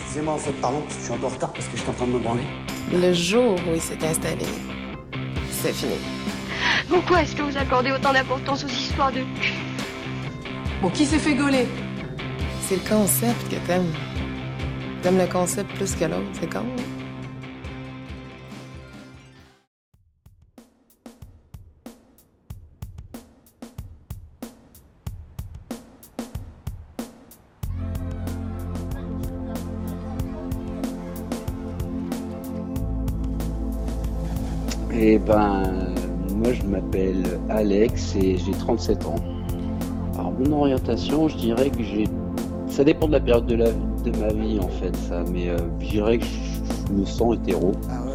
Excusez-moi, en fait, pardon, parce que je suis un peu en retard parce que j'étais en train de me branler. Le jour où il s'est installé, c'est fini. Pourquoi est-ce que vous accordez autant d'importance aux histoires de cul? Bon, qui s'est fait gauler? C'est le concept que t'aimes. T'aimes le concept plus que l'autre, c'est con. Eh ben, moi je m'appelle Alex et j'ai 37 ans. Alors mon orientation, je dirais que ça dépend de la période de ma vie en fait, ça, mais je dirais que je me sens hétéro.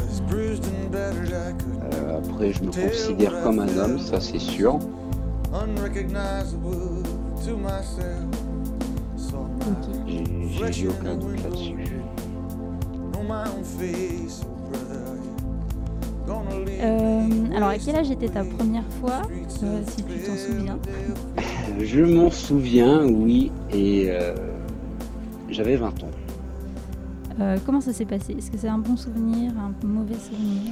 Après, je me considère comme un homme, ça c'est sûr. J'ai aucun doute là-dessus. Alors, à quel âge était ta première fois, si tu t'en souviens? Je m'en souviens, oui, et j'avais 20 ans. Comment ça s'est passé? Est-ce que c'est un bon souvenir, un mauvais souvenir?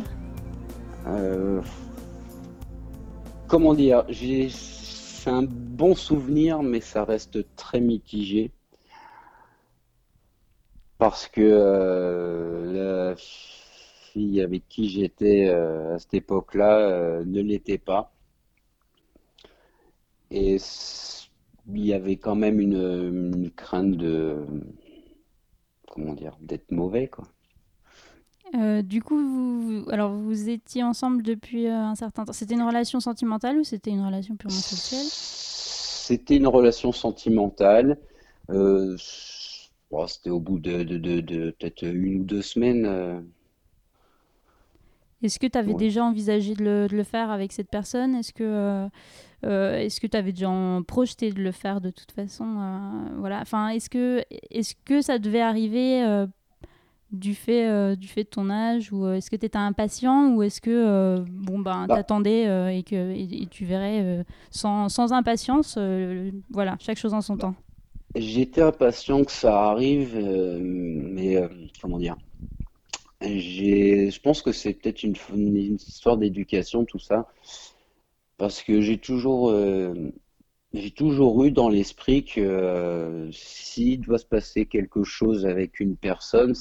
Comment dire, c'est un bon souvenir, mais ça reste très mitigé parce que la fille avec qui j'étais à cette époque-là ne l'était pas. Et il y avait quand même une crainte comment dire, d'être mauvais, quoi. Du coup, vous étiez ensemble depuis un certain temps. C'était une relation sentimentale ou c'était une relation purement sexuelle? C'était une relation sentimentale. Euh, bon, c'était au bout de peut-être 1 ou 2 semaines. Est-ce que tu avais Ouais. déjà envisagé de le faire avec cette personne? Est-ce que tu avais déjà projeté de le faire de toute façon? Voilà. Enfin, est-ce que ça devait arriver du fait de ton âge, ou est-ce que tu étais impatient, ou est-ce que Bah, t'attendais et tu verrais sans impatience, voilà, chaque chose en son temps. j'étais impatient que ça arrive, mais comment dire? Je pense que c'est peut-être une histoire d'éducation, tout ça, parce que j'ai toujours eu dans l'esprit que s'il doit se passer quelque chose avec une personne,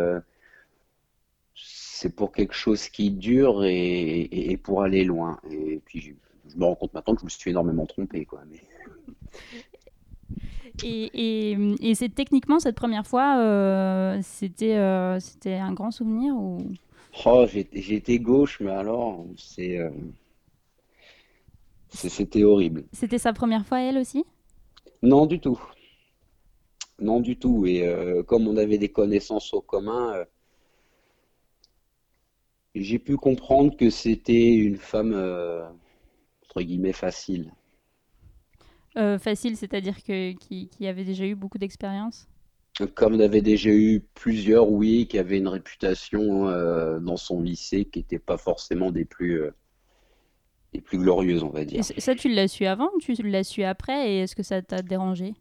c'est pour quelque chose qui dure et pour aller loin. Et puis je me rends compte maintenant que je me suis énormément trompé, quoi. Mais Et c'est techniquement cette première fois, c'était un grand souvenir, ou oh, j'ai été gauche, mais alors c'était horrible. c'était sa première fois elle aussi? Non du tout, non du tout. Et comme on avait des connaissances au commun, j'ai pu comprendre que c'était une femme entre guillemets facile. Facile, c'est-à-dire qui avait déjà eu beaucoup d'expérience? Comme on avait déjà eu plusieurs, oui, qui avaient une réputation dans son lycée qui n'était pas forcément des plus glorieuses, on va Et dire. ça, tu l'as su avant ou tu l'as su après, et est-ce que ça t'a dérangé?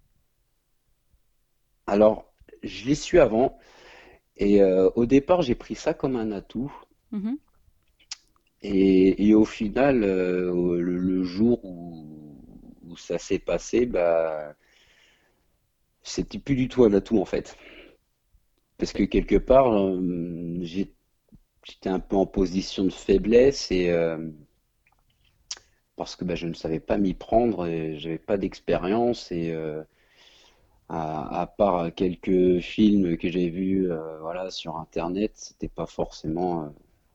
Alors, je l'ai su avant, et au départ, j'ai pris ça comme un atout, Mhm. et au final, le jour où ça s'est passé, bah, c'était plus du tout un atout en fait. Parce que quelque part, j'étais un peu en position de faiblesse, et parce que bah, je ne savais pas m'y prendre et j'avais pas d'expérience, et à part quelques films que j'ai vus voilà, sur Internet, c'était pas forcément.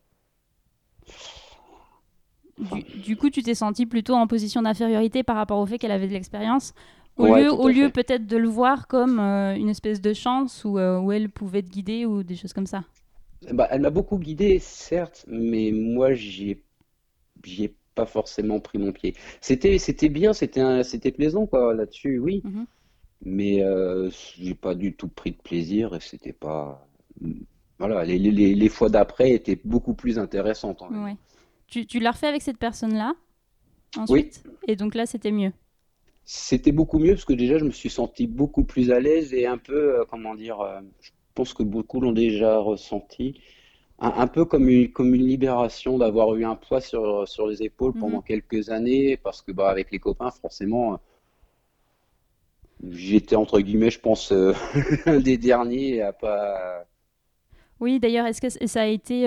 Enfin, Du coup, tu t'es senti plutôt en position d'infériorité par rapport au fait qu'elle avait de l'expérience, ouais, tout au à lieu fait. peut-être de le voir comme une espèce de chance, où elle pouvait te guider ou des choses comme ça. Bah, elle m'a beaucoup guidé, certes, mais moi, j'y ai pas forcément pris mon pied. C'était bien, c'était plaisant, quoi, là-dessus, oui. Mhm. Mais j'ai pas du tout pris de plaisir et c'était pas. Voilà, les fois d'après étaient beaucoup plus intéressantes, on va dire. Ouais. Tu l'as refait avec cette personne-là Oui, ensuite, et donc là, c'était mieux. c'était beaucoup mieux parce que déjà je me suis senti beaucoup plus à l'aise et un peu, comment dire, pense que beaucoup l'ont déjà ressenti. Un peu comme une libération d'avoir eu un poids sur les épaules Mhm. pendant quelques années, parce que bah, avec les copains, forcément, j'étais entre guillemets, je pense, l'un des derniers à pas. Oui, d'ailleurs, est-ce que ça a été...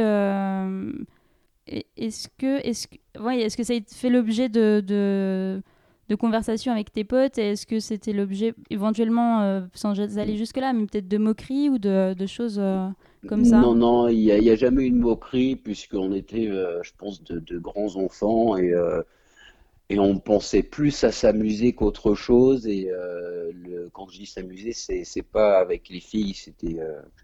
ouais, est-ce que ça a fait l'objet de conversations avec tes potes? Et est-ce que c'était l'objet, éventuellement, sans aller jusque-là, mais peut-être de moqueries ou de choses comme ça? Non, non, il y a jamais eu de moquerie, puisqu'on était, je pense, de grands enfants et on pensait plus à s'amuser qu'autre chose. Et quand je dis s'amuser, c'est pas avec les filles, c'était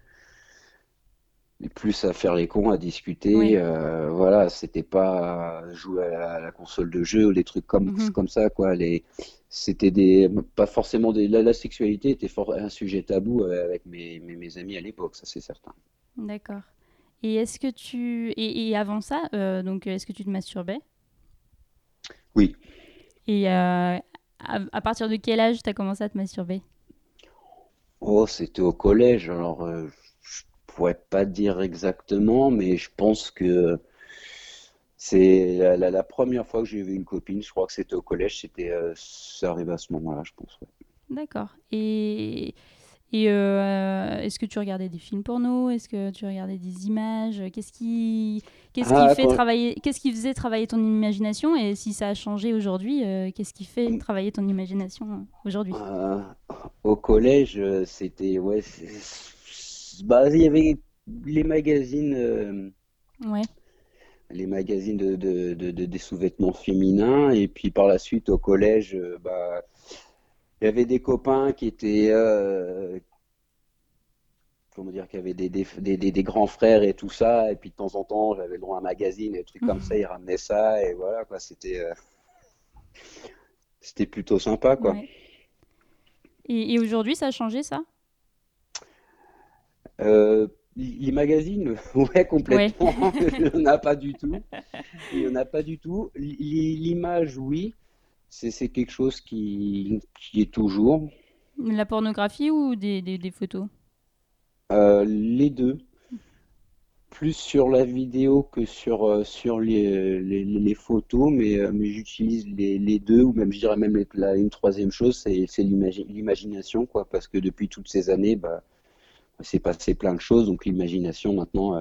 plus à faire les cons, à discuter. Oui. Voilà, c'était pas jouer à la console de jeu ou des trucs Mhm. comme ça, quoi. C'était pas forcément la sexualité était un sujet tabou avec mes amis à l'époque, ça c'est certain. D'accord. Et est-ce que et avant ça, donc, est-ce que tu te masturbais? Oui. Et à partir de quel âge tu as commencé à te masturber? Oh, c'était au collège, alors je pourrais pas dire exactement, mais je pense que c'est la première fois que j'ai vu une copine, je crois que c'était au collège, ça arrive à ce moment-là, je pense. Ouais. D'accord. Et est-ce que tu regardais des films porno? Est-ce que tu regardais des images? Ah, Qu'est-ce qui faisait travailler ton imagination? Et si ça a changé aujourd'hui, qu'est-ce qui fait travailler ton imagination aujourd'hui? euh, au collège, ouais, bah, il y avait les magazines, Ouais. les magazines des sous-vêtements féminins, et puis par la suite au collège, bah, il y avait des copains qui étaient, comment dire, qui avaient des grands frères et tout ça, et puis de temps en temps, j'avais le droit à un magazine et des trucs comme ça, ils ramenaient ça, et voilà, quoi, c'était plutôt sympa, quoi. Ouais. Et aujourd'hui, ça a changé, ça? Les magazines, ouais, Ouais. complètement, il n'y en a pas du tout. Il n'y en a pas du tout. L'image, oui, c'est quelque chose qui est toujours. La pornographie ou des photos? Les deux, plus sur la vidéo que sur les photos, mais j'utilise les deux, ou même je dirais même une troisième chose, c'est l'imagination, quoi, parce que depuis toutes ces années, bah, c'est passé plein de choses, donc l'imagination maintenant,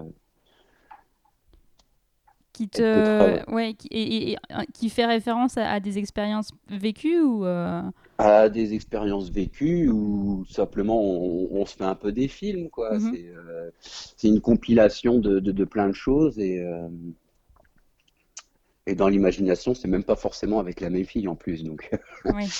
elle peut travailler. Ouais, qui fait référence à des expériences vécues ou À des expériences vécues ou simplement on se fait un peu des films, quoi. Mhm. C'est une compilation de plein de choses et dans l'imagination, c'est même pas forcément avec la même fille en plus. Donc, Ouais.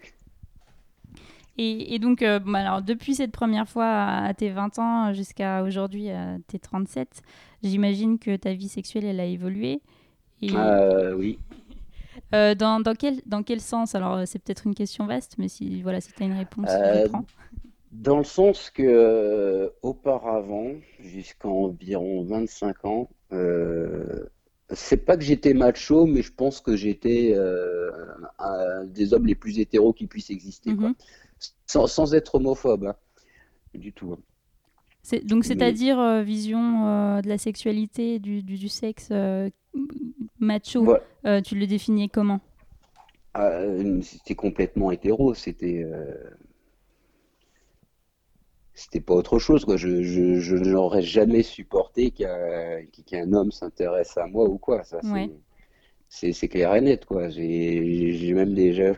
Et donc, bon, alors, depuis cette première fois à tes 20 ans jusqu'à aujourd'hui à tes 37, j'imagine que ta vie sexuelle, elle a évolué. Et oui. dans quel sens? Alors, c'est peut-être une question vaste, mais si, voilà, si tu as une réponse, je Euh, prends. Dans le sens que auparavant, jusqu'à environ 25 ans, c'est pas que j'étais macho, mais je pense que j'étais un des hommes les plus hétéros qui puissent exister, quoi. Mhm. Sans être homophobe, hein, du tout. Hein. Donc, Mais c'est-à-dire vision de la sexualité, du sexe macho, voilà, tu le définis comment? c'était complètement hétéro, c'était pas autre chose, quoi. Je n'aurais jamais supporté qu'un homme s'intéresse à moi ou quoi. Ça, Ouais. c'est clair et net, quoi. J'ai même déjà,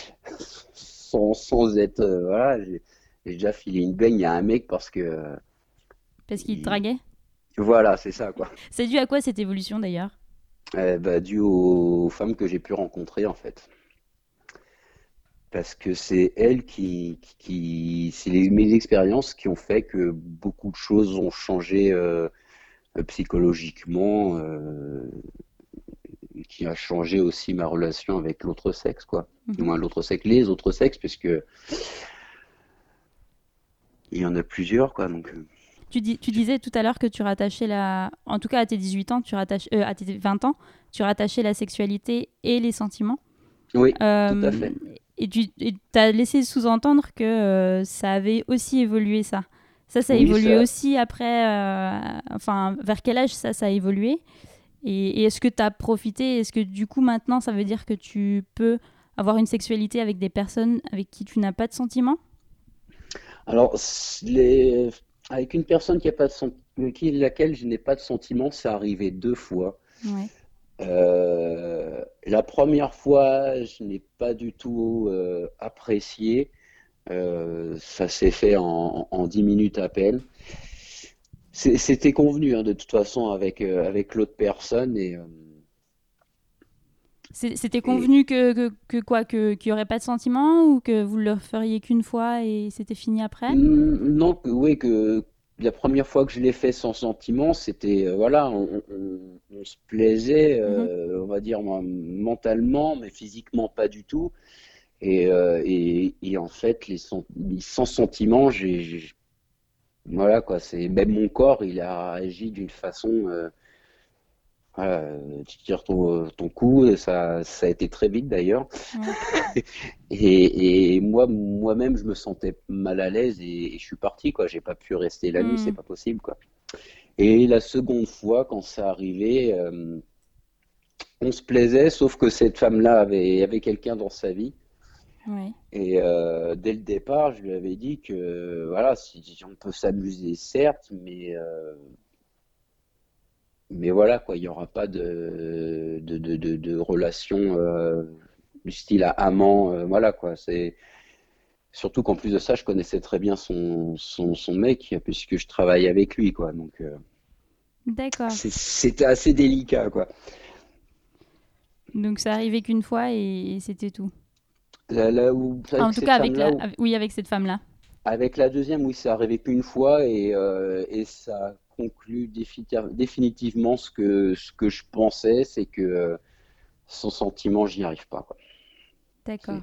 sans être, voilà, j'ai déjà filé une baigne à un mec parce que, Parce qu'il te il- draguait? voilà, c'est ça, quoi. C'est dû à quoi cette évolution d'ailleurs? Bah, dû aux femmes que j'ai pu rencontrer, en fait. Parce que c'est elles c'est mes expériences qui ont fait que beaucoup de choses ont changé psychologiquement, et qui a changé aussi ma relation avec l'autre sexe, quoi. Du Mhm. moins l'autre sexe, les autres sexes, puisque il y en a plusieurs, quoi. Donc, Tu disais tout à l'heure que tu rattachais en tout cas à tes 18 ans, à tes 20 ans, tu rattachais la sexualité et les sentiments. oui, tout à Euh, fait. et tu as laissé sous-entendre que ça avait aussi évolué, ça. Ça a Oui, évolué ça. aussi après. Enfin, vers quel âge ça a évolué? Et est-ce que tu as profité? Est-ce que du coup, maintenant, ça veut dire que tu peux avoir une sexualité avec des personnes avec qui tu n'as pas de sentiments? Alors, avec une personne qui a pas de laquelle je n'ai pas de sentiment, c'est arrivé 2 fois. Ouais. La première fois, je n'ai pas du tout apprécié. Ça s'est fait en 10 minutes à peine. C'était convenu, hein, de toute façon avec l'autre personne C'était et convenu que quoi, qu'il n'y aurait pas de sentiments ou que vous le feriez qu'une fois et c'était fini après? Non, oui, que la première fois que je l'ai fait sans sentiment, c'était voilà, on se plaisait, Mhm. on va dire moi, mentalement, mais physiquement pas du tout. Et en fait, sans sentiment, voilà quoi, c'est même mon corps, il a réagi d'une façon. Voilà, tu tires ton coup, et ça a été très vite d'ailleurs. Ouais. Et moi-même, je me sentais mal à l'aise et je suis parti, quoi. J'ai pas pu rester la nuit, c'est Hmm. pas possible, quoi. Et la seconde fois, quand c'est arrivé, on se plaisait, sauf que cette femme-là avait quelqu'un dans sa vie. Ouais. Et dès le départ, je lui avais dit que, voilà, si on peut s'amuser, certes, mais voilà, quoi, il n'y aura pas de relation du style à amant, voilà, quoi. Surtout qu'en plus de ça, je connaissais très bien son mec, puisque je travaille avec lui, quoi. Donc, D'accord. c'était assez délicat, quoi. Donc ça arrivait qu'une fois et c'était tout. Là où, Ah, en avec tout cette cas, avec femme-là, oui, avec cette femme-là. avec la deuxième, oui, c'est arrivé qu'une fois et ça conclut définitivement ce que je pensais, c'est que sans sentiment, j'y arrive pas, quoi. D'accord. C'est-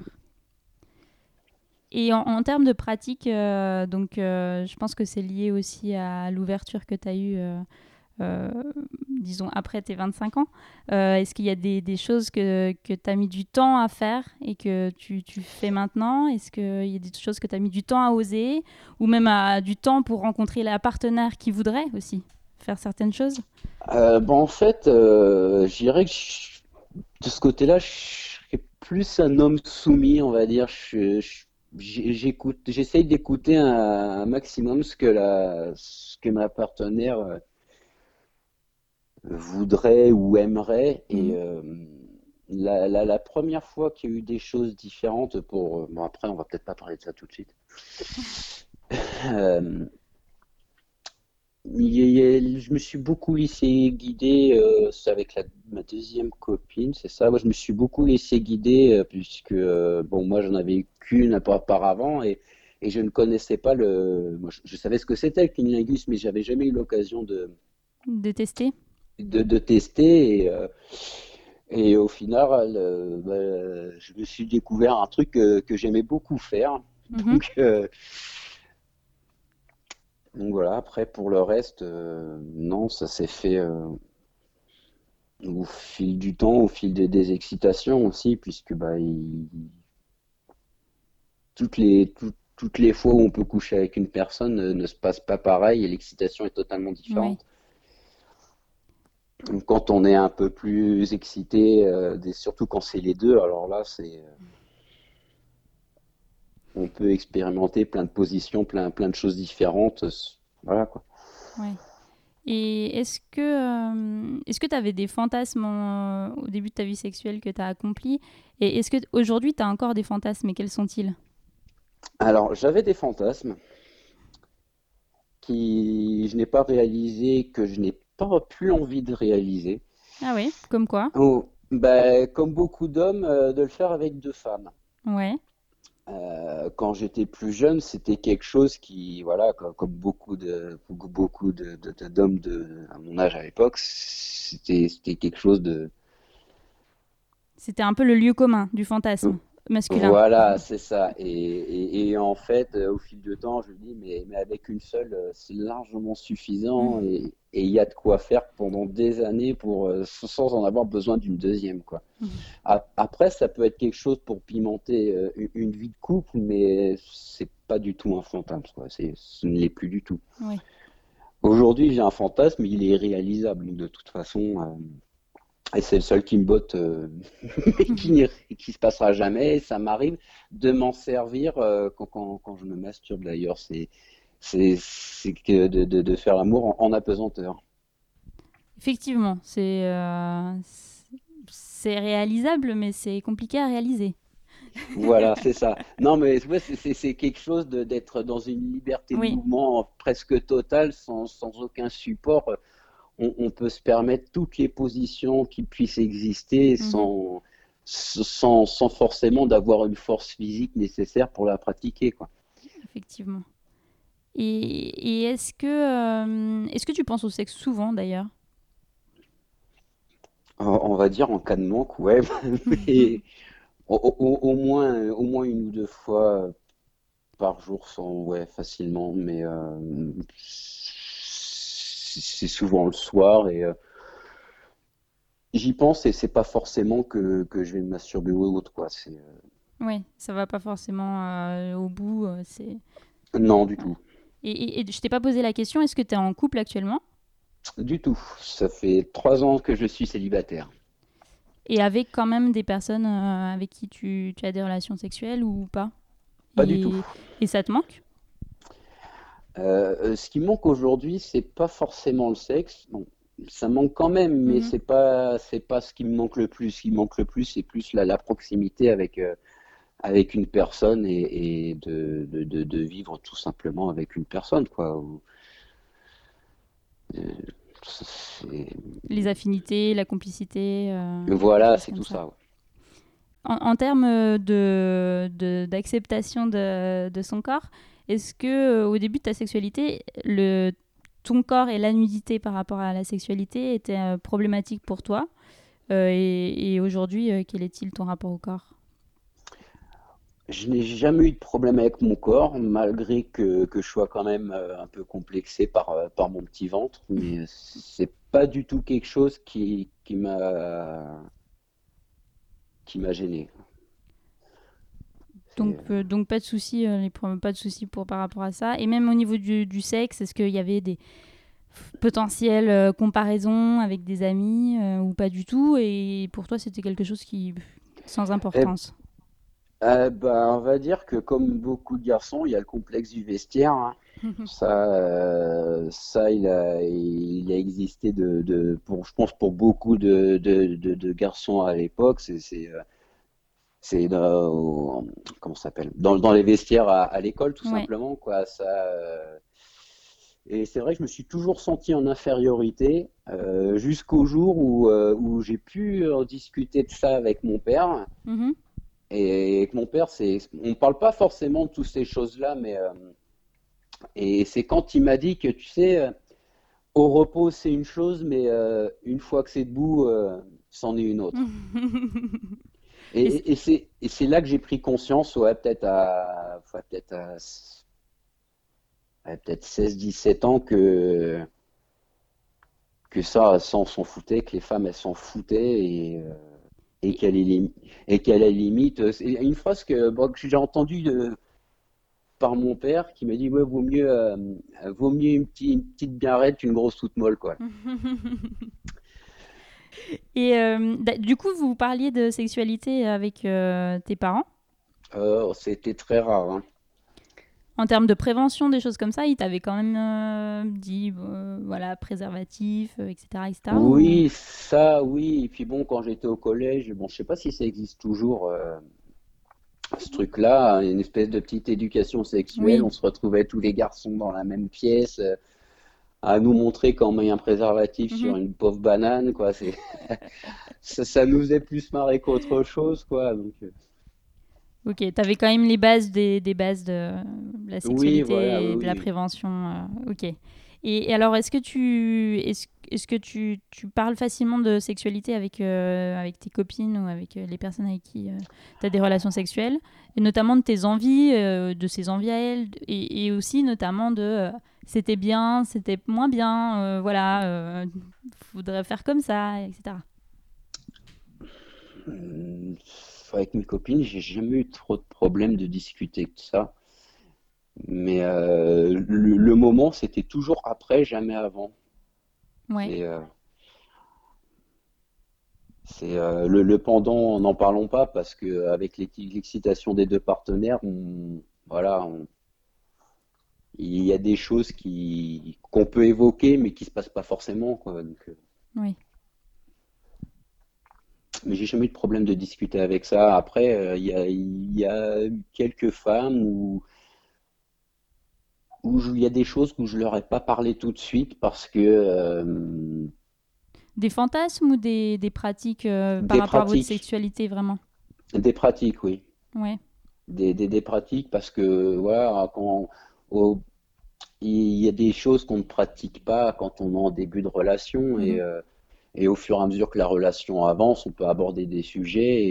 Et en termes de pratique, donc je pense que c'est lié aussi à l'ouverture que tu as eue, euh, disons, après tes 25 ans. Est-ce qu'il y a des choses que tu as mis du temps à faire et que tu fais maintenant? Est-ce qu'il y a des choses que tu as mis du temps à oser ou même du temps pour rencontrer la partenaire qui voudrait aussi faire certaines choses? En fait, je dirais que de ce côté-là, je serais plus un homme soumis, on va dire. J'essaye d'écouter un maximum ce que ma partenaire voudrait ou aimerait. Et Mhm. la première fois qu'il y a eu des choses différentes bon, après, on va peut-être pas parler de ça tout de suite. Euh, je me suis beaucoup laissé guider, c'est avec ma deuxième copine, c'est ça. Moi, je me suis beaucoup laissé guider puisque bon, moi, j'en avais eu qu'une auparavant et je ne connaissais pas moi, je savais ce que c'était le cunnilingus, mais j'avais jamais eu l'occasion De tester? de tester et au final, je me suis découvert un truc que j'aimais beaucoup faire. Mhm. Donc, euh, donc voilà. Après, pour le reste, non, ça s'est fait. Au fil du temps, au fil des excitations aussi, puisque toutes les fois où on peut coucher avec une personne ne se passe pas pareil et l'excitation est totalement Oui. différente. Donc, quand on est un peu plus excité, surtout quand c'est les deux, alors là, on peut expérimenter plein de positions, plein de choses différentes. Voilà quoi. Ouais. Et est-ce que tu avais des fantasmes au début de ta vie sexuelle que tu as accomplis? Et est-ce que aujourd'hui tu as encore des fantasmes et quels sont-ils? Alors, j'avais des fantasmes qui je n'ai pas réalisés, que je n'ai pas plus envie de réaliser. Ah oui, comme quoi? Oh, comme beaucoup d'hommes, de le faire avec 2 femmes. Ouais. Quand j'étais plus jeune, c'était quelque chose qui, voilà, comme beaucoup d'hommes à mon âge à l'époque, c'était quelque chose de. C'était un peu le lieu commun du fantasme masculin. Voilà, c'est ça. Et en fait, au fil du temps, je me dis, mais avec une seule, c'est largement suffisant Mm. et il y a de quoi faire pendant des années sans en avoir besoin d'une deuxième, quoi. Mhm. Après, ça peut être quelque chose pour pimenter une vie de couple, mais pas du tout un fantasme, quoi. Ce ne l'est plus du tout. Oui. Aujourd'hui, j'ai un fantasme, mais il est réalisable de toute façon. Et c'est le seul qui me botte, mais qui se passera jamais. Et ça m'arrive de m'en servir quand je me masturbe d'ailleurs. C'est que de faire l'amour en apesanteur. Effectivement, c'est réalisable, mais c'est compliqué à réaliser. Voilà, c'est ça. Non, mais ouais, c'est quelque chose d'être dans une liberté de Oui, mouvement presque totale, sans aucun support. On peut se permettre toutes les positions qui puissent exister mhm, sans forcément d'avoir une force physique nécessaire pour la pratiquer, quoi. effectivement. Et est-ce que tu penses au sexe souvent d'ailleurs? On va dire en cas de manque, ouais, mais au moins une ou deux fois par jour, ouais, facilement, mais c'est souvent le soir et j'y pense et c'est pas forcément que je vais me masturber ou autre, quoi. Oui, ça va pas forcément au bout. Non, du Voilà. tout. Et je t'ai pas posé la question, est-ce que tu es en couple actuellement? Du tout. Ça fait 3 ans que je suis célibataire. Et avec quand même des personnes avec qui tu as des relations sexuelles ou pas? Pas du tout. Et ça te manque? Ce qui manque aujourd'hui, c'est pas forcément le sexe. Bon, ça manque quand même, mais Mhm. c'est pas ce qui me manque le plus. Ce qui me manque le plus, c'est plus la proximité avec une personne et de vivre tout simplement avec une personne, quoi. Euh, c'est- Les affinités, la complicité, des Voilà, choses c'est comme tout ça. ça, ouais. En termes d'acceptation de son corps, est-ce que au début de ta sexualité, ton corps et la nudité par rapport à la sexualité étaient problématiques pour toi? Et aujourd'hui, quel est-il ton rapport au corps? Je n'ai jamais eu de problème avec mon corps, malgré que je sois quand même un peu complexé par mon petit ventre, mais c'est pas du tout quelque chose qui m'a gêné. C'est- Donc pas de souci, pas de souci par rapport à ça. Et même au niveau du sexe, est-ce qu'il y avait des potentielles comparaisons avec des amis ou pas du tout? Et pour toi, c'était quelque chose qui sans Eh, importance. bah, on va dire que comme beaucoup de garçons, il y a le complexe du vestiaire, hein. Ça, il a existé je pense pour beaucoup de garçons à l'époque. Comment ça s'appelle? Dans les vestiaires à l'école, tout Ouais. simplement, quoi. Et c'est vrai que je me suis toujours senti en infériorité jusqu'au jour où j'ai pu en discuter de ça avec mon père. Mhm. Et avec mon père, on ne parle pas forcément de toutes ces choses-là, mais et c'est quand il m'a dit que, tu sais, au repos, c'est une chose, mais une fois que c'est debout, c'en est une autre. Et c- Et c'est là que j'ai pris conscience, ouais, peut-être 16-17 ans que ça, on s'en foutait, que les femmes, elles s'en foutaient et et- qu'à la limite, c'est une phrase bon, que j'ai entendue par mon père qui m'a dit, ouais, vaut mieux une petite bien raide qu'une grosse toute molle, quoi. du coup, vous parliez de sexualité avec tes parents. C'était très rare, hein. En termes de prévention, des choses comme ça, ils t'avaient quand même dit, voilà, préservatif, etc., etc. Ou... Oui, ça, oui. Et puis bon, quand j'étais au collège, bon, je sais pas si ça existe toujours, ce truc-là, une espèce de petite éducation sexuelle. Oui. On se retrouvait tous les garçons dans la même pièce, à nous montrer comment met un préservatif Mhm. sur une pauvre banane, quoi. Ça nous faisait plus marrer qu'autre chose, quoi. Donc, Ok, t'avais quand même les bases des bases de la oui, voilà, sexualité et de la oui, oui. prévention. Ok. Et alors, est-ce que tu parles facilement de sexualité avec tes copines ou avec les personnes avec qui tu as des relations sexuelles, et notamment de tes envies, de ses envies à elles, et aussi notamment de c'était bien, c'était moins bien, voilà, faudrait faire comme ça, etc. Avec mes copines, j'ai jamais eu trop de problèmes de discuter de ça. Mais le moment, c'était toujours après, jamais avant. Ouais. C'est le pendant, n'en parlons pas parce que avec l'excitation des deux partenaires, voilà, il y a des choses qu'on peut évoquer mais qui se passent pas forcément, quoi. Donc, Oui. mais j'ai jamais eu de problème de discuter avec ça. Après, il y a eu quelques femmes où il y a des choses où je leur ai pas parlé tout de suite parce que Des fantasmes ou des pratiques par des rapport à votre pratiques, sexualité, vraiment? des pratiques, oui. Ouais. Des pratiques parce que voilà, au- il y a des choses qu'on ne pratique pas quand on est en début de relation Mhm. et au fur et à mesure que la relation avance, on peut aborder des sujets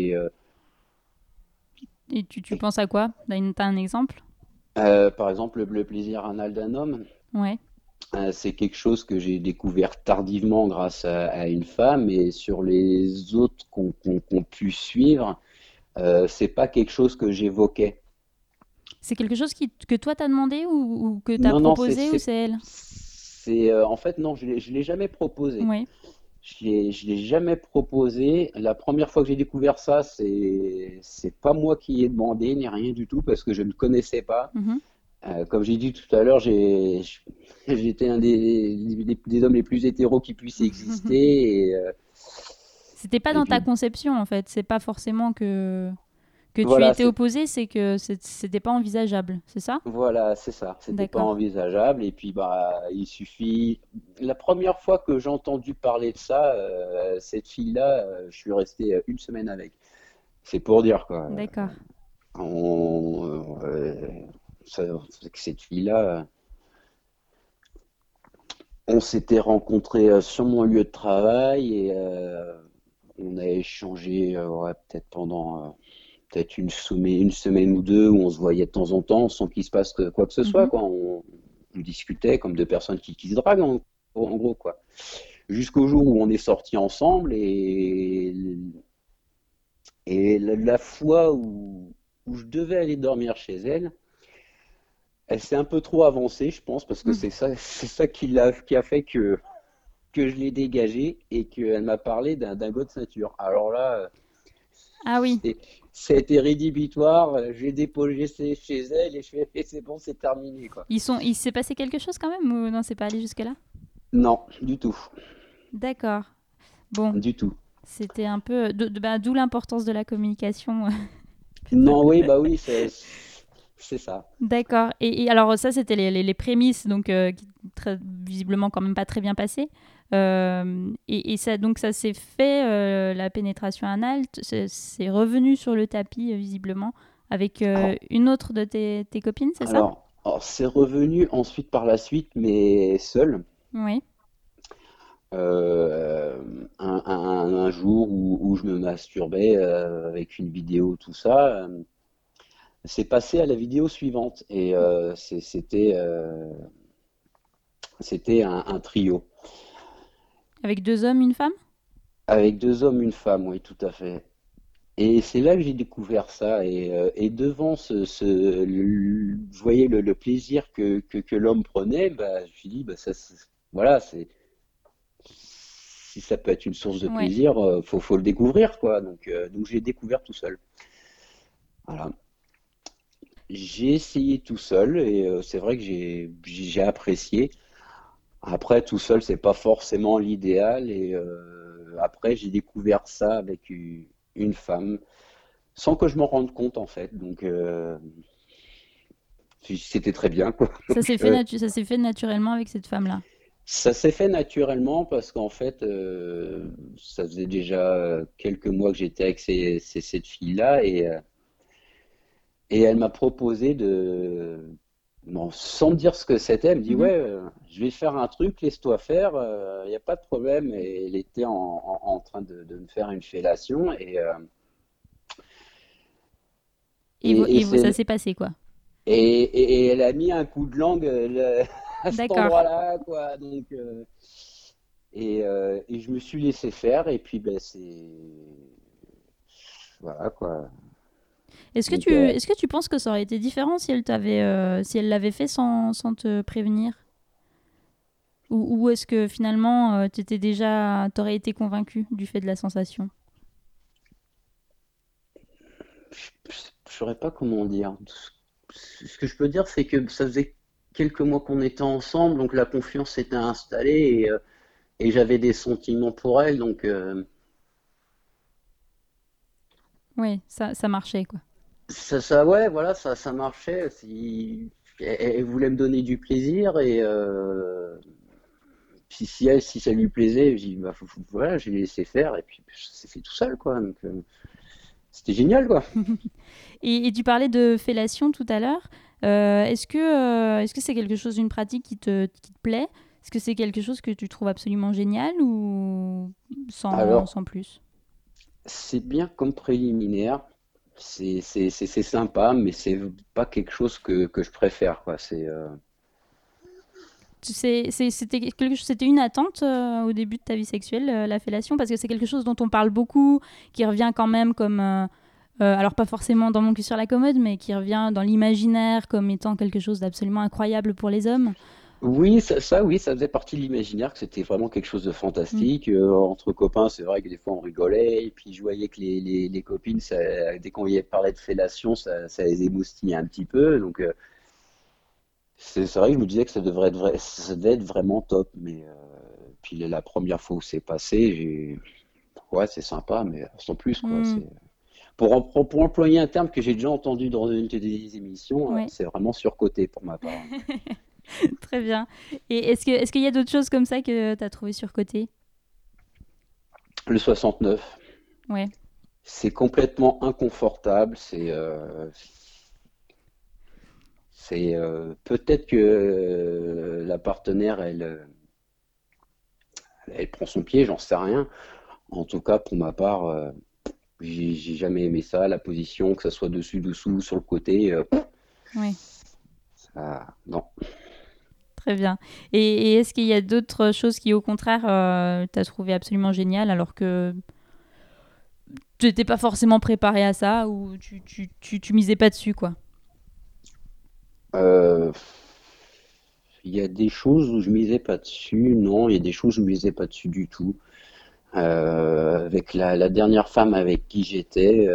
Et tu penses à quoi? T'as un exemple? par exemple le plaisir anal d'un homme, Ouais. c'est quelque chose que j'ai découvert tardivement grâce à une femme et sur les autres qu'on pu suivre, c'est pas quelque chose que j'évoquais. C'est quelque chose que toi t'as demandé ou que t'as Non, non, proposé ou c'est elle? en fait non, je l'ai jamais proposé. Ouais. Je l'ai jamais proposé. La première fois que j'ai découvert ça, c'est pas moi qui ai demandé ni rien du tout parce que je ne connaissais pas. Mhm. Comme j'ai dit tout à l'heure, j'étais un des hommes les plus hétéros qui puissent exister. C'était pas Et dans ta puis conception en fait. C'est pas forcément que tu voilà, étais opposé, c'est que c'était pas envisageable, c'est ça? voilà, c'est ça. C'était pas D'accord. envisageable. Et puis bah, il suffit. La première fois que j'ai entendu parler de ça, cette fille-là, je suis resté une semaine avec. C'est pour dire quoi. D'accord. On, cette fille-là, on s'était rencontrés sur mon lieu de travail et on a échangé ouais, peut-être pendant peut-être une semaine ou deux où on se voyait de temps en temps sans qu'il se passe quoi que ce soit, Mhm. quoi. On discutait comme deux personnes qui se draguent en gros, quoi. Jusqu'au jour où on est sortis ensemble et la fois où je devais aller dormir chez elle, elle s'est un peu trop avancée, je pense, parce que Mm. c'est ça qui a fait que je l'ai dégagée et qu'elle m'a parlé d'un gars de ceinture. Alors là, Ah oui. c'est, ça a été rédhibitoire. J'ai déposé chez elle et je fais, c'est bon, c'est terminé, quoi. Il s'est passé quelque chose quand même ou non, c'est pas allé jusque-là? Non, du tout, D'accord. Bon, du tout. c'était un peu d'où l'importance de la communication. Non, oui, bah oui, c'est ça. D'accord. Et alors ça, c'était les prémices, donc qui visiblement quand même pas très bien passées. Et ça, donc ça s'est fait, la pénétration anale, c'est revenu sur le tapis, visiblement, avec Alors, une autre de tes copines, c'est ça? alors, c'est revenu ensuite par la suite, mais seul. Oui. Un jour où je me masturbais avec une vidéo, tout ça. C'est passé à la vidéo suivante et c'était un trio Avec deux hommes, une femme? avec deux hommes, une femme, oui, tout à fait. Et c'est là que j'ai découvert ça et devant je voyais le plaisir que l'homme prenait, bah, je me suis dit, bah, voilà, si ça peut être une source de Ouais. plaisir, faut le découvrir, quoi. Donc j'ai découvert tout seul. Voilà. J'ai essayé tout seul et c'est vrai que j'ai apprécié. Après, tout seul, c'est pas forcément l'idéal. Et après, j'ai découvert ça avec une femme, sans que je m'en rende compte en fait. Donc, c'était très bien, quoi. Donc, Ça s'est fait naturellement avec cette femme-là. ça s'est fait naturellement parce qu'en fait, ça faisait déjà quelques mois que j'étais avec cette fille-là et elle m'a proposé bon, sans me dire ce que c'était, elle me dit Mhm. ouais, je vais faire un truc, laisse-toi faire, il n'y a pas de problème. Et elle était en train de me faire une fellation et Ça c'est s'est passé, quoi. et elle a mis un coup de langue à cet D'accord. endroit-là, quoi. Donc et je me suis laissé faire et puis ben c'est voilà quoi. Donc, Est-ce que tu penses que ça aurait été différent si elle l'avait fait sans te prévenir? Ou est-ce que finalement, t'aurais été convaincu du fait de la sensation? je saurais pas comment dire. Ce que je peux dire, c'est que ça faisait quelques mois qu'on était ensemble, donc la confiance s'était installée et j'avais des sentiments pour elle, donc Oui, ça marchait, quoi. ouais, voilà, ça marchait. Elle voulait me donner du plaisir et puis si ça lui plaisait, j'ai dit, bah, voilà, j'ai laissé faire et puis c'est fait tout seul, quoi. Donc c'était génial, quoi. Et tu parlais de fellation tout à l'heure. Est-ce que c'est quelque chose, une pratique qui te plaît? Est-ce que c'est quelque chose que tu trouves absolument génial ou Alors, sans plus? c'est bien comme préliminaire. C'est sympa, mais c'est pas quelque chose que je préfère, quoi. C'était une attente au début de ta vie sexuelle, la fellation, parce que c'est quelque chose dont on parle beaucoup, qui revient quand même comme, alors pas forcément dans Mon cul sur la commode, mais qui revient dans l'imaginaire comme étant quelque chose d'absolument incroyable pour les hommes. Oui, oui, ça faisait partie de l'imaginaire, que c'était vraiment quelque chose de Mm. fantastique. Entre copains, c'est vrai que des fois on rigolait, et puis je voyais que les copines, dès qu'on y parlait de fellation, ça les émoustillait un petit peu. Donc c'est vrai que je me disais que ça devait être vraiment top. Mais puis la première fois où c'est passé, ouais, c'est sympa, mais sans plus, quoi. Mm. Pour employer un terme que j'ai déjà entendu dans une des émissions, Ouais. c'est vraiment surcoté pour ma part. Très bien. Et est-ce qu'il y a d'autres choses comme ça que tu as trouvé surcotées? Le 69. Ouais. C'est complètement inconfortable. Peut-être que la partenaire, elle prend son pied, j'en sais rien. En tout cas, pour ma part, j'ai jamais aimé ça, la position, que ça soit dessus, dessous, sur le côté. Ouais. Non. Très bien. Et est-ce qu'il y a d'autres choses qui, au contraire, t'as trouvé absolument géniales alors que tu n'étais pas forcément préparé à ça ou tu misais pas dessus, quoi? Euh, Il y a des choses où je misais pas dessus. Non, il y a des choses où je misais pas dessus du tout. Avec la dernière femme avec qui j'étais,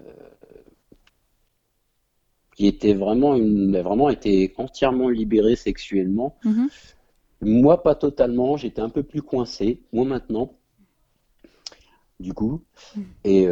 qui a vraiment été entièrement libérée sexuellement. Mhm. Moi, pas totalement. J'étais un peu plus coincé. Moi maintenant, du coup. Et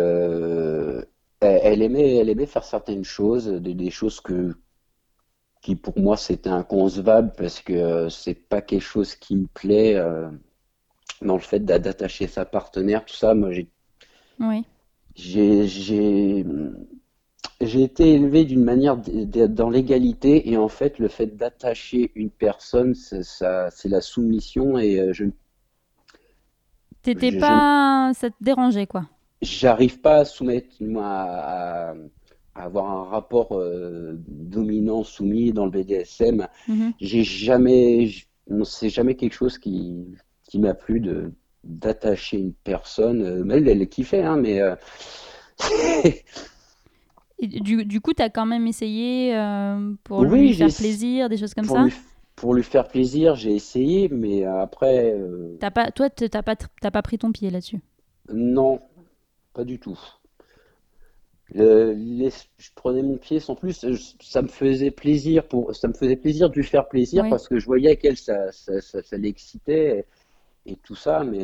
elle aimait faire certaines choses, des choses qui pour moi c'était inconcevable parce que c'est pas quelque chose qui me plaît dans le fait d'attacher sa partenaire, tout ça. Moi, Oui. j'ai, j'ai, j'ai été élevé d'une manière dans l'égalité et en fait le fait d'attacher une personne, c'est la soumission et T'étais je pas... Ça te dérangeait, quoi. j'arrive pas à soumettre moi à avoir un rapport dominant soumis dans le BDSM. Mhm. Non, c'est jamais quelque chose qui m'a plu de d'attacher une personne. Elle kiffait, hein, mais Et du coup, t'as quand même essayé pour lui oui, faire plaisir, des choses comme pour ça? pour lui faire plaisir, j'ai essayé, mais après, T'as pas pris ton pied là-dessus. non, pas du tout. Je prenais mon pied sans plus, ça me faisait plaisir de lui faire plaisir Oui. parce que je voyais qu'elle, ça l'excitait et tout ça, mais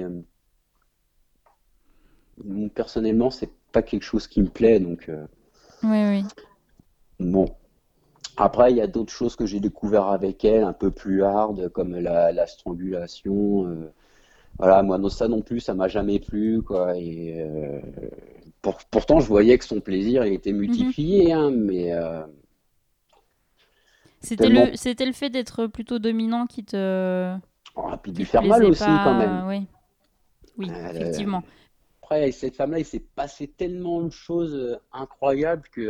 personnellement, c'est pas quelque chose qui me plaît, donc Oui, oui. bon. Après, il y a d'autres choses que j'ai découvert avec elle, un peu plus hard, comme la strangulation. Voilà, moi, non, ça non plus, ça m'a jamais plu, quoi. Et pourtant, je voyais que son plaisir, il était Mhm. multiplié, hein, mais tellement. C'était le fait d'être plutôt dominant Oh, et puis de lui qui te faire mal plaisait aussi, quand pas. même. Oui, oui, Euh, effectivement. Après, avec cette femme-là, il s'est passé tellement de choses incroyables que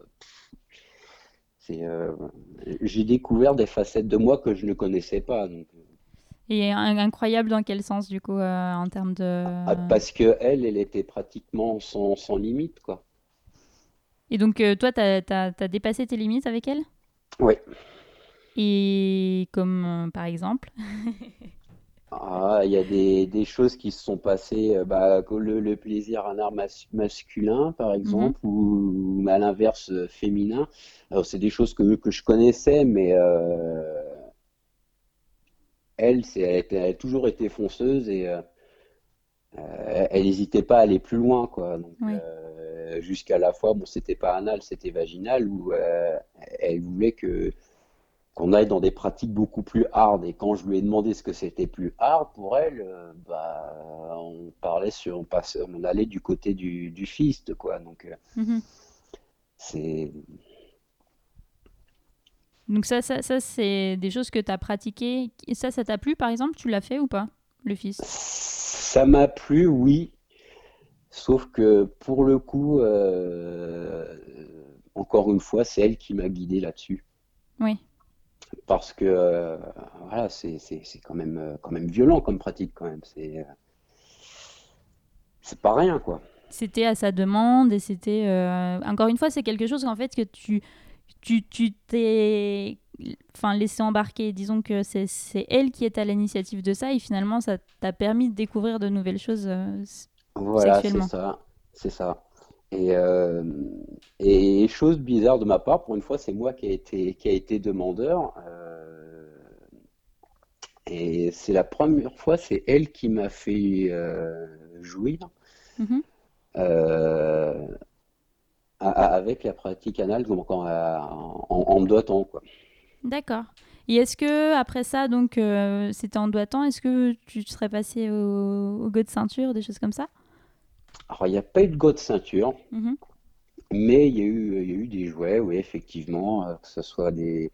c'est, j'ai découvert des facettes de moi que je ne connaissais pas. Donc, Et incroyable dans quel sens, du coup, en termes de... parce que elle était pratiquement sans limite, quoi. Et donc, toi, t'as dépassé tes limites avec elle? Oui. Et comme, par exemple? Il y a des choses qui se sont passées, que le plaisir à un art masculin, par Mhm. exemple, ou à l'inverse, féminin. Alors, c'est des choses que je connaissais, mais elle a toujours été fonceuse et elle n'hésitait pas à aller plus loin, quoi. Donc, Oui. jusqu'à la fois, bon, c'était pas anal, c'était vaginal, où elle voulait qu'on aille dans des pratiques beaucoup plus hard. Et quand je lui ai demandé ce que c'était plus hard pour elle, on allait du côté du fist, quoi. Donc, Mhm. c'est, Donc ça c'est des choses que tu as pratiquées. Et ça t'a plu, par exemple? Tu l'as fait ou pas, le fist? ça m'a plu, oui. Sauf que pour le coup, encore une fois, c'est elle qui m'a guidé là-dessus. Oui. Parce que voilà, c'est quand même violent comme pratique quand même. C'est pas rien, quoi. C'était à sa demande et c'était... Encore une fois, c'est quelque chose qu'en fait que tu t'es enfin, laissé embarquer. Disons que c'est elle qui est à l'initiative de ça et finalement, ça t'a permis de découvrir de nouvelles choses Voilà, c'est sexuellement. ça, c'est ça. Et, euh, et chose bizarre de ma part, pour une fois, c'est moi qui a été demandeur. Et c'est la première fois, c'est elle qui m'a fait jouir Mhm. euh, avec la pratique anale, donc en me doigtant, quoi. D'accord. Et est-ce que après ça, donc c'était en doigtant, est-ce que tu serais passé au go de ceinture, des choses comme ça? Alors, il n'y a pas eu de go de ceinture, Mhm. mais il y a eu des jouets, oui, effectivement, que ce soit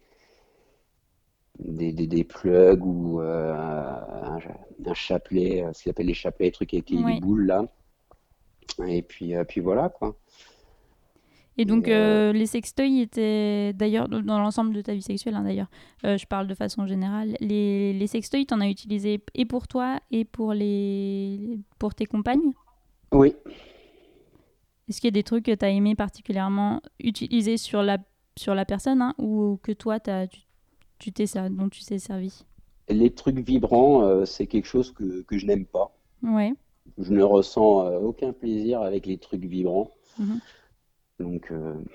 des plugs ou un chapelet, ce qu'ils appellent les chapelets, les trucs avec les Oui. boules là. Et puis voilà quoi. Et Et donc, les sextoys étaient, d'ailleurs, dans l'ensemble de ta vie sexuelle, hein, d'ailleurs, je parle de façon générale, les sextoys, t'en as utilisé et pour toi et pour tes compagnes? oui, Est-ce qu'il y a des trucs que t'as aimé particulièrement utiliser sur la personne, hein, ou que toi, dont tu t'es servi? les trucs vibrants, c'est quelque chose que je n'aime pas. Ouais. Je ne ressens aucun plaisir avec les trucs vibrants. Mhm. Donc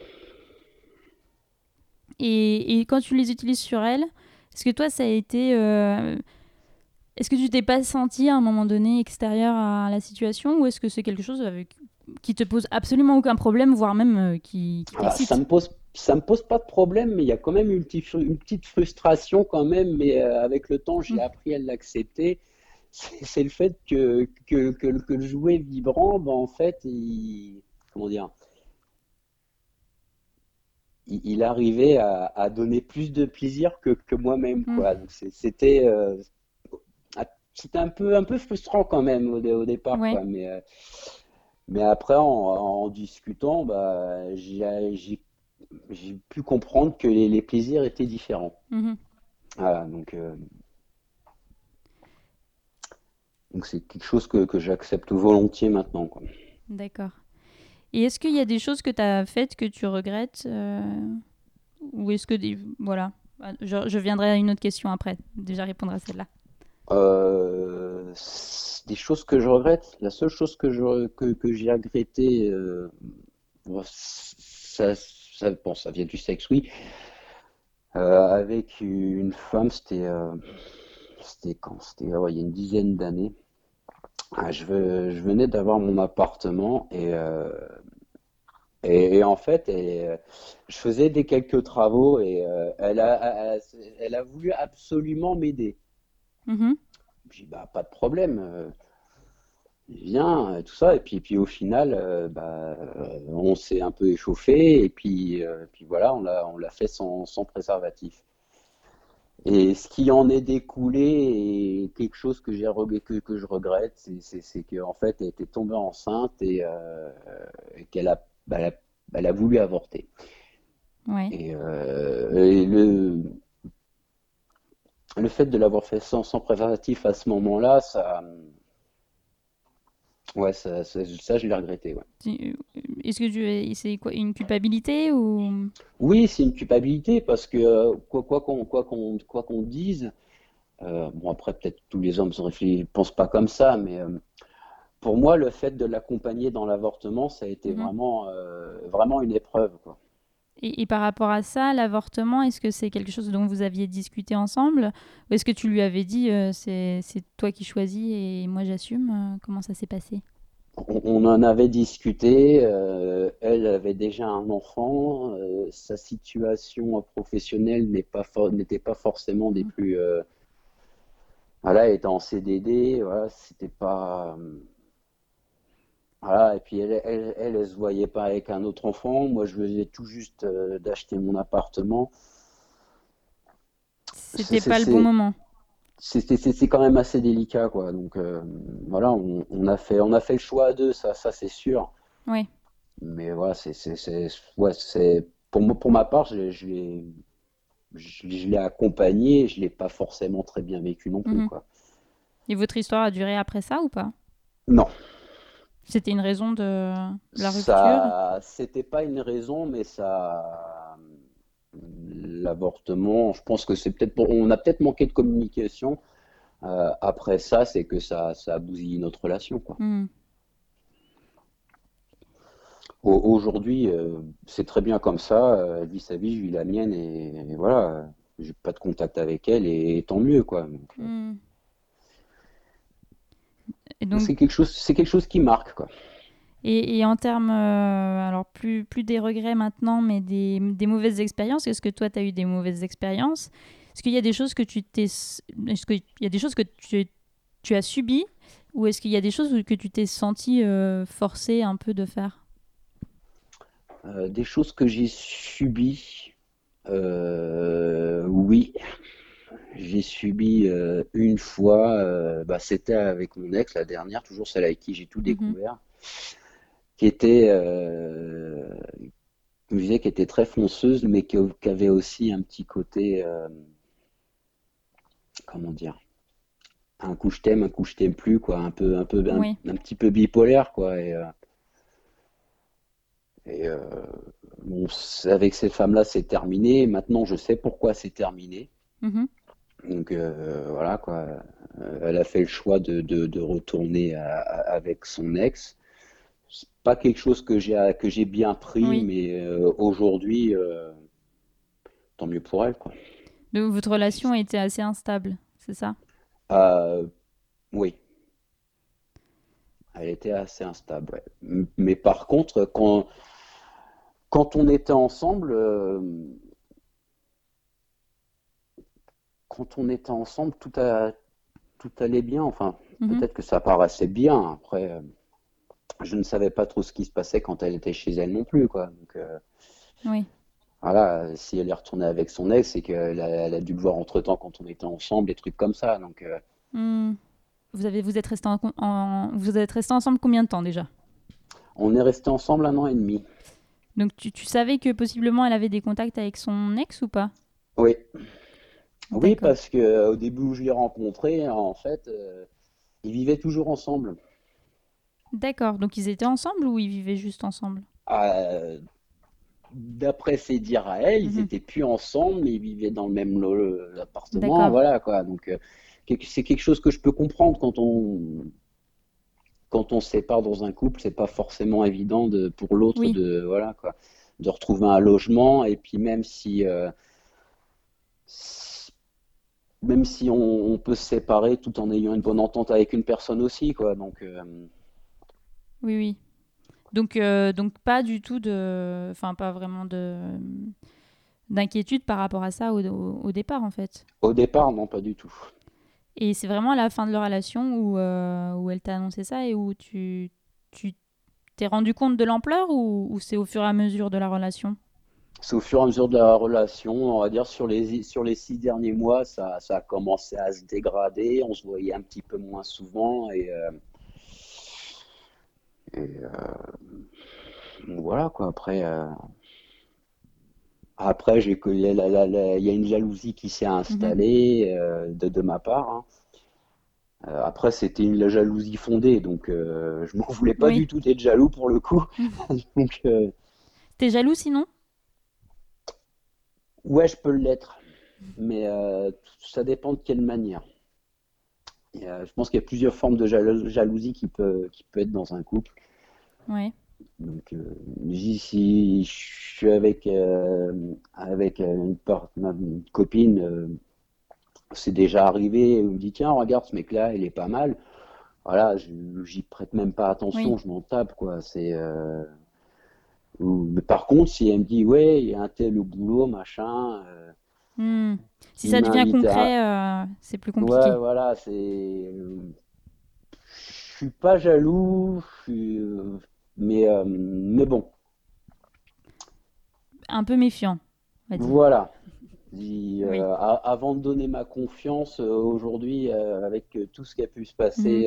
Et quand tu les utilises sur elle, est-ce que toi, ça a été... est-ce que tu t'es pas senti à un moment donné extérieur à la situation ou est-ce que c'est quelque chose qui te pose absolument aucun problème, voire même qui t'excite? ça me pose pas de problème, mais il y a quand même une petite frustration quand même. Mais avec le temps, j'ai Mm. appris à l'accepter. C'est le fait que le jouet vibrant, en fait, comment dire, il arrivait à donner plus de plaisir que moi-même, Mm. quoi. Donc c'était un peu frustrant quand même au départ, Ouais. quoi. Mais après, en discutant, j'ai pu comprendre que les plaisirs étaient différents. Mhm. Voilà, donc c'est quelque chose que j'accepte volontiers maintenant, quoi. D'accord. Et est-ce qu'il y a des choses que tu as faites que tu regrettes ou est-ce que voilà. Je viendrai à une autre question après. Déjà répondre à celle-là. Des choses que je regrette. La seule chose que j'ai regretté, bon, bon, ça vient du sexe, oui. Avec une femme, c'était quand? C'était ouais, il y a une dizaine d'années. Je venais d'avoir mon appartement et en fait, je faisais des quelques travaux et elle a voulu absolument m'aider. Mhm. J'ai dit, bah, pas de problème, viens, tout ça. Et puis au final, on s'est un peu échauffé et puis voilà, on l'a fait sans préservatif. Et ce qui en est découlé est quelque chose que je regrette, c'est qu'en fait, elle était tombée enceinte et elle a voulu avorter. Ouais. Et le fait de l'avoir fait sans préservatif à ce moment-là, Ouais, ça, je l'ai regretté, ouais. Est-ce que c'est quoi, une culpabilité ou... Oui, c'est une culpabilité parce que quoi qu'on dise, bon après peut-être tous les hommes pensent pas comme ça, mais pour moi le fait de l'accompagner dans l'avortement, ça a été Mhm. vraiment une épreuve, quoi. Et par rapport à ça, l'avortement, est-ce que c'est quelque chose dont vous aviez discuté ensemble? Ou est-ce que tu lui avais dit c'est toi qui choisis et moi j'assume? Comment ça s'est passé? On en avait discuté, elle avait déjà un enfant, sa situation professionnelle n'était pas forcément des Mhm. plus, voilà, elle était en CDD, voilà, c'était pas, voilà, et puis elle se voyait pas avec un autre enfant. Moi, je venais tout juste d'acheter mon appartement. C'est C'était c'est- pas le bon c'est- moment. c'est quand même assez délicat, quoi. Donc voilà, on a fait le choix à deux, ça c'est sûr. Oui. Mais voilà, ouais, pour moi, pour ma part, je l'ai accompagné, je l'ai pas forcément très bien vécu non plus, Mhm. quoi. Et votre histoire a duré après ça ou pas? Non, C'était une raison de la rupture? ça, c'était pas une raison, mais l'avortement, je pense que on a peut-être manqué de communication. Après ça, c'est que ça a bousillé notre relation, quoi. Mhm. Aujourd'hui, c'est très bien comme ça. Elle vit sa vie, je vis la mienne, et voilà. J'ai pas de contact avec elle, et tant mieux, quoi. Donc, Mhm. Et donc, c'est quelque chose qui marque, quoi. et en termes, alors plus des regrets maintenant, mais des mauvaises expériences, est-ce que toi, tu as eu des mauvaises expériences? Est-ce qu'il y a des choses que est-ce qu'il y a des choses que tu as subies ou est-ce qu'il y a des choses que tu t'es senti forcé un peu de faire? Des choses que j'ai subies, oui, j'ai subi une fois. Bah, c'était avec mon ex, la dernière, toujours celle avec qui j'ai tout Mhm. découvert, qui était, je disais, qui était très fonceuse, mais qui avait aussi un petit côté, comment dire, un coup je t'aime, un coup je t'aime plus, quoi, Oui. un petit peu bipolaire, quoi. Et bon, avec cette femme-là, c'est terminé. Maintenant, je sais pourquoi c'est terminé. Mhm. Donc voilà, quoi. Elle a fait le choix de retourner avec son ex. C'est pas quelque chose que j'ai bien pris, Oui. mais aujourd'hui, tant mieux pour elle, quoi. Donc, votre relation était assez instable, c'est ça? Euh, oui, elle était assez instable, ouais. Mais par contre, quand on était ensemble, tout allait bien. Enfin, Mhm. peut-être que ça paraissait bien. Après, je ne savais pas trop ce qui se passait quand elle était chez elle non plus, quoi. Donc Oui. voilà, si elle est retournée avec son ex, c'est elle a dû le voir entre-temps quand on était ensemble, des trucs comme ça. Donc Hmm. Vous êtes restés vous êtes restés ensemble combien de temps déjà? on est resté ensemble un an et demi. Donc tu savais que possiblement elle avait des contacts avec son ex ou pas? Oui, oui, D'accord. parce que au début où je l'ai rencontré, en fait, ils vivaient toujours ensemble. D'accord. Donc ils étaient ensemble ou ils vivaient juste ensemble? Euh, D'après ses dires à elle, ils Mhm. étaient plus ensemble, mais ils vivaient dans le même appartement, D'accord. voilà, quoi. Donc c'est quelque chose que je peux comprendre quand on se sépare dans un couple, c'est pas forcément évident pour l'autre Oui. de voilà quoi, de retrouver un logement, et puis même si on peut se séparer tout en ayant une bonne entente avec une personne aussi, quoi. Donc Oui, oui. Donc pas du tout de... Enfin, pas vraiment d'inquiétude par rapport à ça au départ, en fait. au départ, non, pas du tout. Et c'est vraiment à la fin de leur relation où elle t'a annoncé ça et où tu t'es rendu compte de l'ampleur ou c'est au fur et à mesure de la relation? C'est au fur et à mesure de la relation, on va dire sur les 6 derniers mois, ça a commencé à se dégrader, on se voyait un petit peu moins souvent, et voilà quoi. Après, il y a une jalousie qui s'est Mhm. installée de ma part, hein. Après, c'était la jalousie fondée, donc je m'en voulais pas du Oui. tout d'être jaloux pour le coup. Donc, T'es jaloux sinon? ouais, je peux l'être, mais ça dépend de quelle manière. Je pense qu'il y a plusieurs formes de jalousie qui peut être dans un couple. Ouais. Donc, si je suis avec une copine, c'est déjà arrivé, elle me dit, tiens, regarde ce mec-là, il est pas mal. Voilà, j'y prête même pas Oui. attention, je m'en tape, quoi. Mais par contre, si elle me dit, ouais, il y a un tel au boulot, machin, Hmm. Si il ça devient m'invite à. concret, c'est plus Ouais, compliqué. voilà, je suis pas jaloux, mais bon, Un peu méfiant, on va dire. voilà. Oui. Avant de donner ma confiance, aujourd'hui, avec tout ce qui a pu se Mhm. passer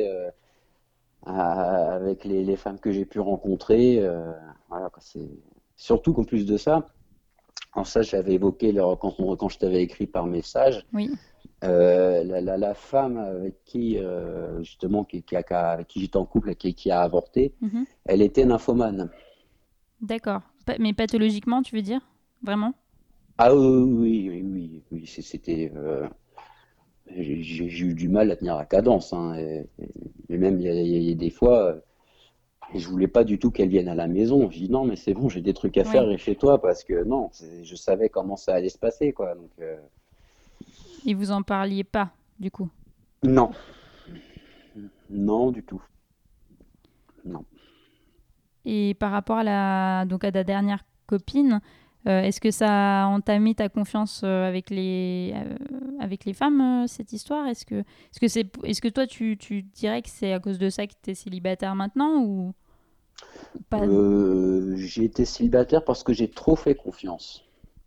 avec les femmes que j'ai pu rencontrer, voilà, quoi, surtout qu'en plus de ça, en ça j'avais évoqué quand je t'avais écrit par message, Oui. la femme avec qui justement avec qui j'étais en couple, qui a avorté, Mhm. elle était nymphomane. D'accord. Mais pathologiquement, tu veux dire? Vraiment? Ah oui, oui, oui, oui, c'était. J'ai eu du mal à tenir la cadence, hein, et même il y a des fois, je voulais pas du tout qu'elle vienne à la maison. Je dis non, mais c'est bon, j'ai des trucs à Oui. faire chez toi parce que non, je savais comment ça allait se passer, quoi. Donc Et vous en parliez pas, du coup. non, non du tout, non. Et par rapport donc à ta dernière copine, est-ce que ça a entamé ta confiance avec les femmes, cette histoire? Est-ce que toi, tu dirais que c'est à cause de ça que tu es célibataire maintenant ou pas? J'ai été célibataire parce que j'ai trop fait confiance.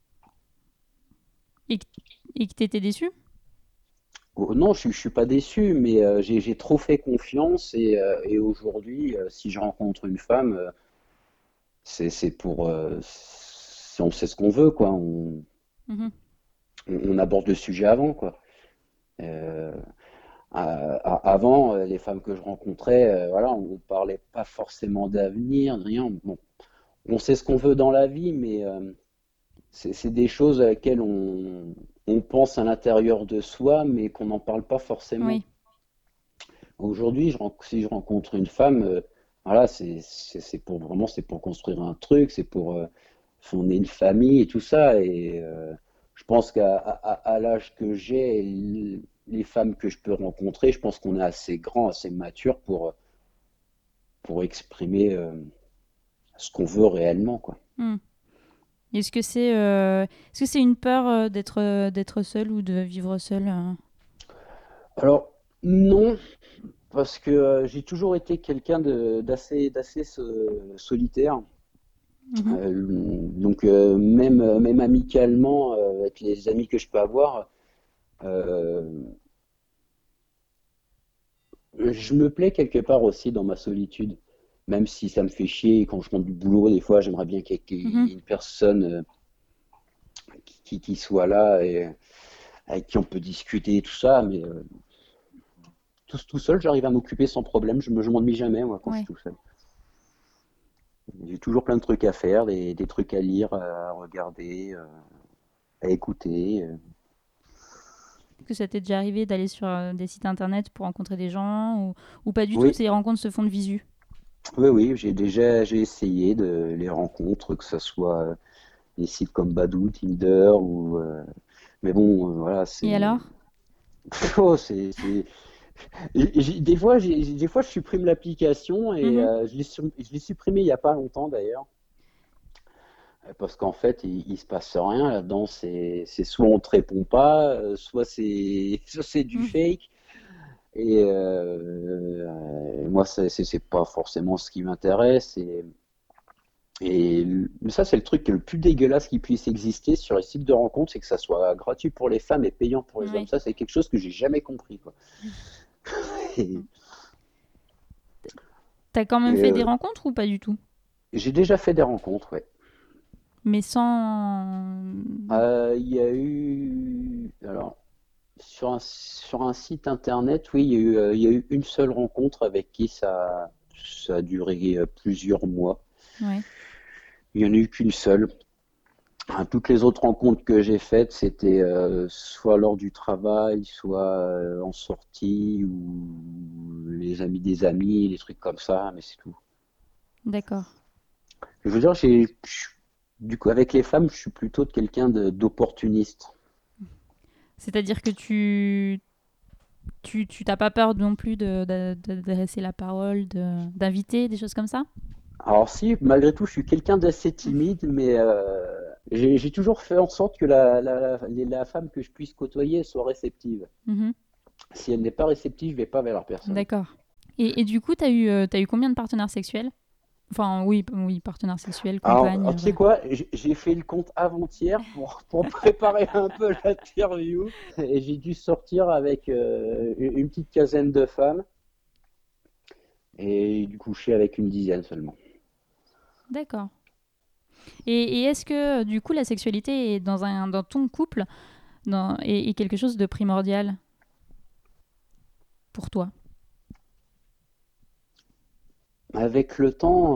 Et que, et que tu étais déçu? Oh, non, je suis pas déçu, mais j'ai trop fait confiance et aujourd'hui, si je rencontre une femme, c'est pour, si on sait ce qu'on veut, quoi. Mhm. On aborde le sujet avant, quoi. Euh, Avant, les femmes que je rencontrais, voilà, on parlait pas forcément d'avenir, de rien. Bon, on sait ce qu'on veut dans la vie, mais c'est des choses à laquelle on pense à l'intérieur de soi, mais qu'on n'en parle pas forcément. Oui, Aujourd'hui, si je rencontre une femme, voilà, c'est pour vraiment, c'est pour construire un truc, c'est pour fonder une famille et tout ça. Et je pense qu'à l'âge que j'ai, les femmes que je peux rencontrer, je pense qu'on est assez grand, assez mature pour exprimer ce qu'on veut réellement, quoi. hmm. Est-ce que c'est une peur d'être seul ou de vivre seul? Alors, non, parce que j'ai toujours été quelqu'un d'assez solitaire. Mhm. Donc même amicalement, avec les amis que je peux avoir, euh, je me plais quelque part aussi dans ma solitude. Même si ça me fait chier quand je rentre du boulot, des fois j'aimerais bien qu'il y Mhm. ait une personne qui soit là et avec qui on peut discuter et tout ça, mais tout seul j'arrive à m'occuper sans problème, je m'ennuie jamais moi quand je suis Ouais. tout seul. J'ai toujours plein de trucs à faire, des trucs à lire, à regarder, à écouter. Est-ce que ça t'est déjà arrivé d'aller sur des sites internet pour rencontrer des gens ou pas du tout? Oui, Ces rencontres se font de visu. oui, oui, j'ai essayé de les rencontres, que ce soit des sites comme Badoo, Tinder mais bon, voilà, Et alors? oh, des fois, je supprime l'application et Mhm. je l'ai supprimé il y a pas longtemps d'ailleurs, parce qu'en fait, il se passe rien là-dedans. C'est soit on te répond pas, soit c'est soit c'est du Mhm. fake. Et moi, c'est pas forcément ce qui m'intéresse. Et ça, c'est le truc le plus dégueulasse qui puisse exister sur les sites de rencontres, c'est que ça soit gratuit pour les femmes et payant pour les hommes. Ouais. Ça, c'est quelque chose que j'ai jamais compris, quoi. Et, T'as quand même et, fait des rencontres ou pas du tout? j'ai déjà fait des rencontres, ouais. Mais sans... Il y a eu, alors, sur un site internet, oui, il y a eu une seule rencontre avec qui ça a duré plusieurs mois. Ouais. Il n'y en a eu qu'une seule. Toutes les autres rencontres que j'ai faites, c'était soit lors du travail, soit en sortie, ou les amis des amis, des trucs comme ça, mais c'est tout. D'accord. Je veux dire, du coup, avec les femmes, je suis plutôt quelqu'un d'opportuniste. C'est-à-dire que tu t'as pas peur non plus d'adresser la parole, d'inviter, des choses comme ça? Alors si, malgré tout, je suis quelqu'un d'assez timide, mais j'ai toujours fait en sorte que la femme que je puisse côtoyer soit réceptive. Mhm. Si elle n'est pas réceptive, je vais pas vers la personne. D'accord. Et du coup, t'as eu combien de partenaires sexuels? Enfin, oui, partenaires sexuels, compagnes, Alors, tu sais voilà. quoi, j'ai fait le compte avant-hier pour préparer un peu l'interview, et j'ai dû sortir avec une petite quinzaine de femmes, et du coup, je suis avec une dizaine seulement. D'accord. Et est-ce que, du coup, la sexualité est dans ton couple est quelque chose de primordial pour toi? Avec le temps,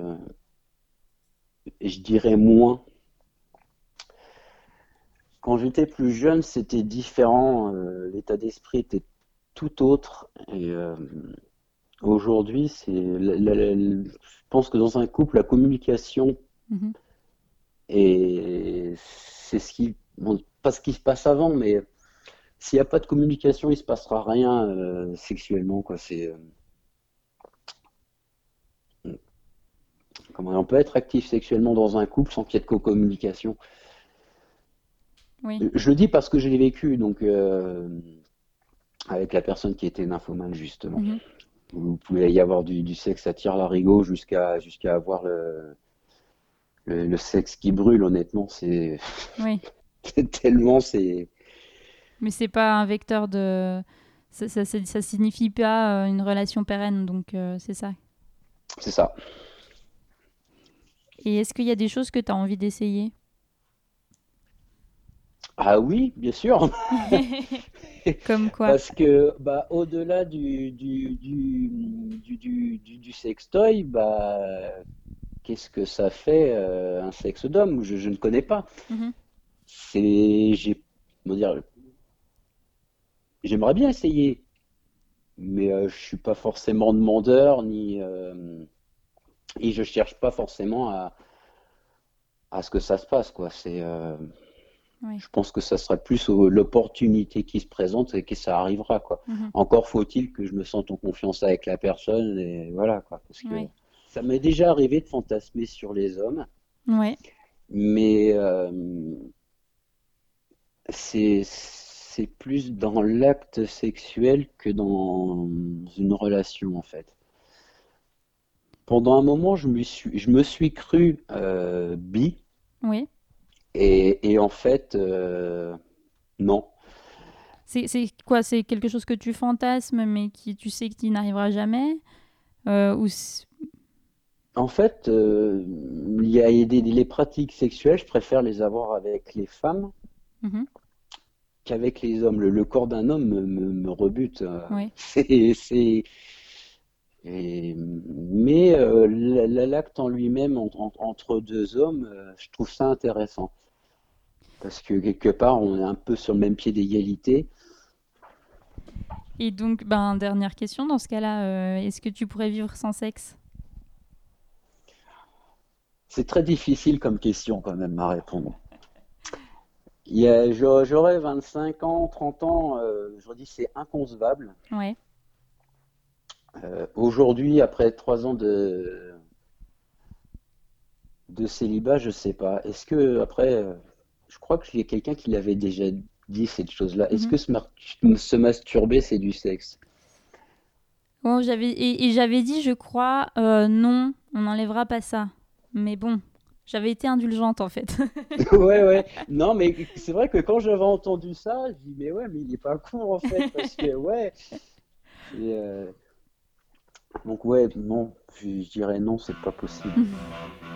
je dirais moins. Quand j'étais plus jeune, c'était différent, l'état d'esprit était tout autre. Et aujourd'hui, je pense que dans un couple, la communication Mhm. c'est bon, pas ce qui se passe avant, mais s'il n'y a pas de communication, il se passera rien sexuellement, quoi. Comment on peut être actif sexuellement dans un couple sans qu'il y ait de communication. Oui. Je le dis parce que je l'ai vécu, donc avec la personne qui était nymphomane justement. Mhm. Vous pouvez y avoir du sexe à tire-larigot jusqu'à avoir le sexe qui brûle. Honnêtement, Oui. tellement c'est. Mais c'est pas un vecteur de... Ça signifie pas une relation pérenne, donc c'est ça. C'est ça. Et est-ce qu'il y a des choses que tu as envie d'essayer? Ah oui, bien sûr. Comme quoi? Parce que bah, au-delà du sextoy, bah, qu'est-ce que ça fait un sexe d'homme? Je ne connais pas. Mhm. Comment dire, j'aimerais bien essayer, mais je suis pas forcément demandeur, et je cherche pas forcément à ce que ça se passe, quoi. Oui. Je pense que ça sera plus l'opportunité qui se présente et que ça arrivera, quoi. Mhm. Encore faut-il que je me sente en confiance avec la personne et voilà, quoi. Parce que Oui. ça m'est déjà arrivé de fantasmer sur les hommes, Ouais. mais c'est plus dans l'acte sexuel que dans une relation, en fait. Pendant un moment, je me suis cru bi Oui. et en fait, non. C'est quoi? C'est quelque chose que tu fantasmes, mais qui tu sais que tu n'arriveras jamais? Ou En fait, il y a les pratiques sexuelles, je préfère les avoir avec les femmes Mhm. qu'avec les hommes. Le corps d'un homme me rebute. Oui. Mais l'acte en lui-même entre deux hommes, je trouve ça intéressant. Parce que quelque part, on est un peu sur le même pied d'égalité. Et donc, ben, dernière question, dans ce cas-là, est-ce que tu pourrais vivre sans sexe? C'est très difficile comme question quand même à répondre. J'aurais 25 ans, 30 ans, je dis c'est inconcevable. Ouais. Aujourd'hui, après 3 ans de célibat, je sais pas. Est-ce que après, je crois que j'ai quelqu'un qui l'avait déjà dit cette chose-là. Est-ce Mhm. que se masturber, c'est du sexe? Bon, et j'avais dit, je crois, non, on n'enlèvera pas ça. Mais bon, j'avais été indulgente en fait. Ouais, ouais. Non, mais c'est vrai que quand j'avais entendu ça, je dis mais ouais, mais il est pas con en fait, parce que ouais. Et, donc ouais, non, je dirais non, c'est pas possible.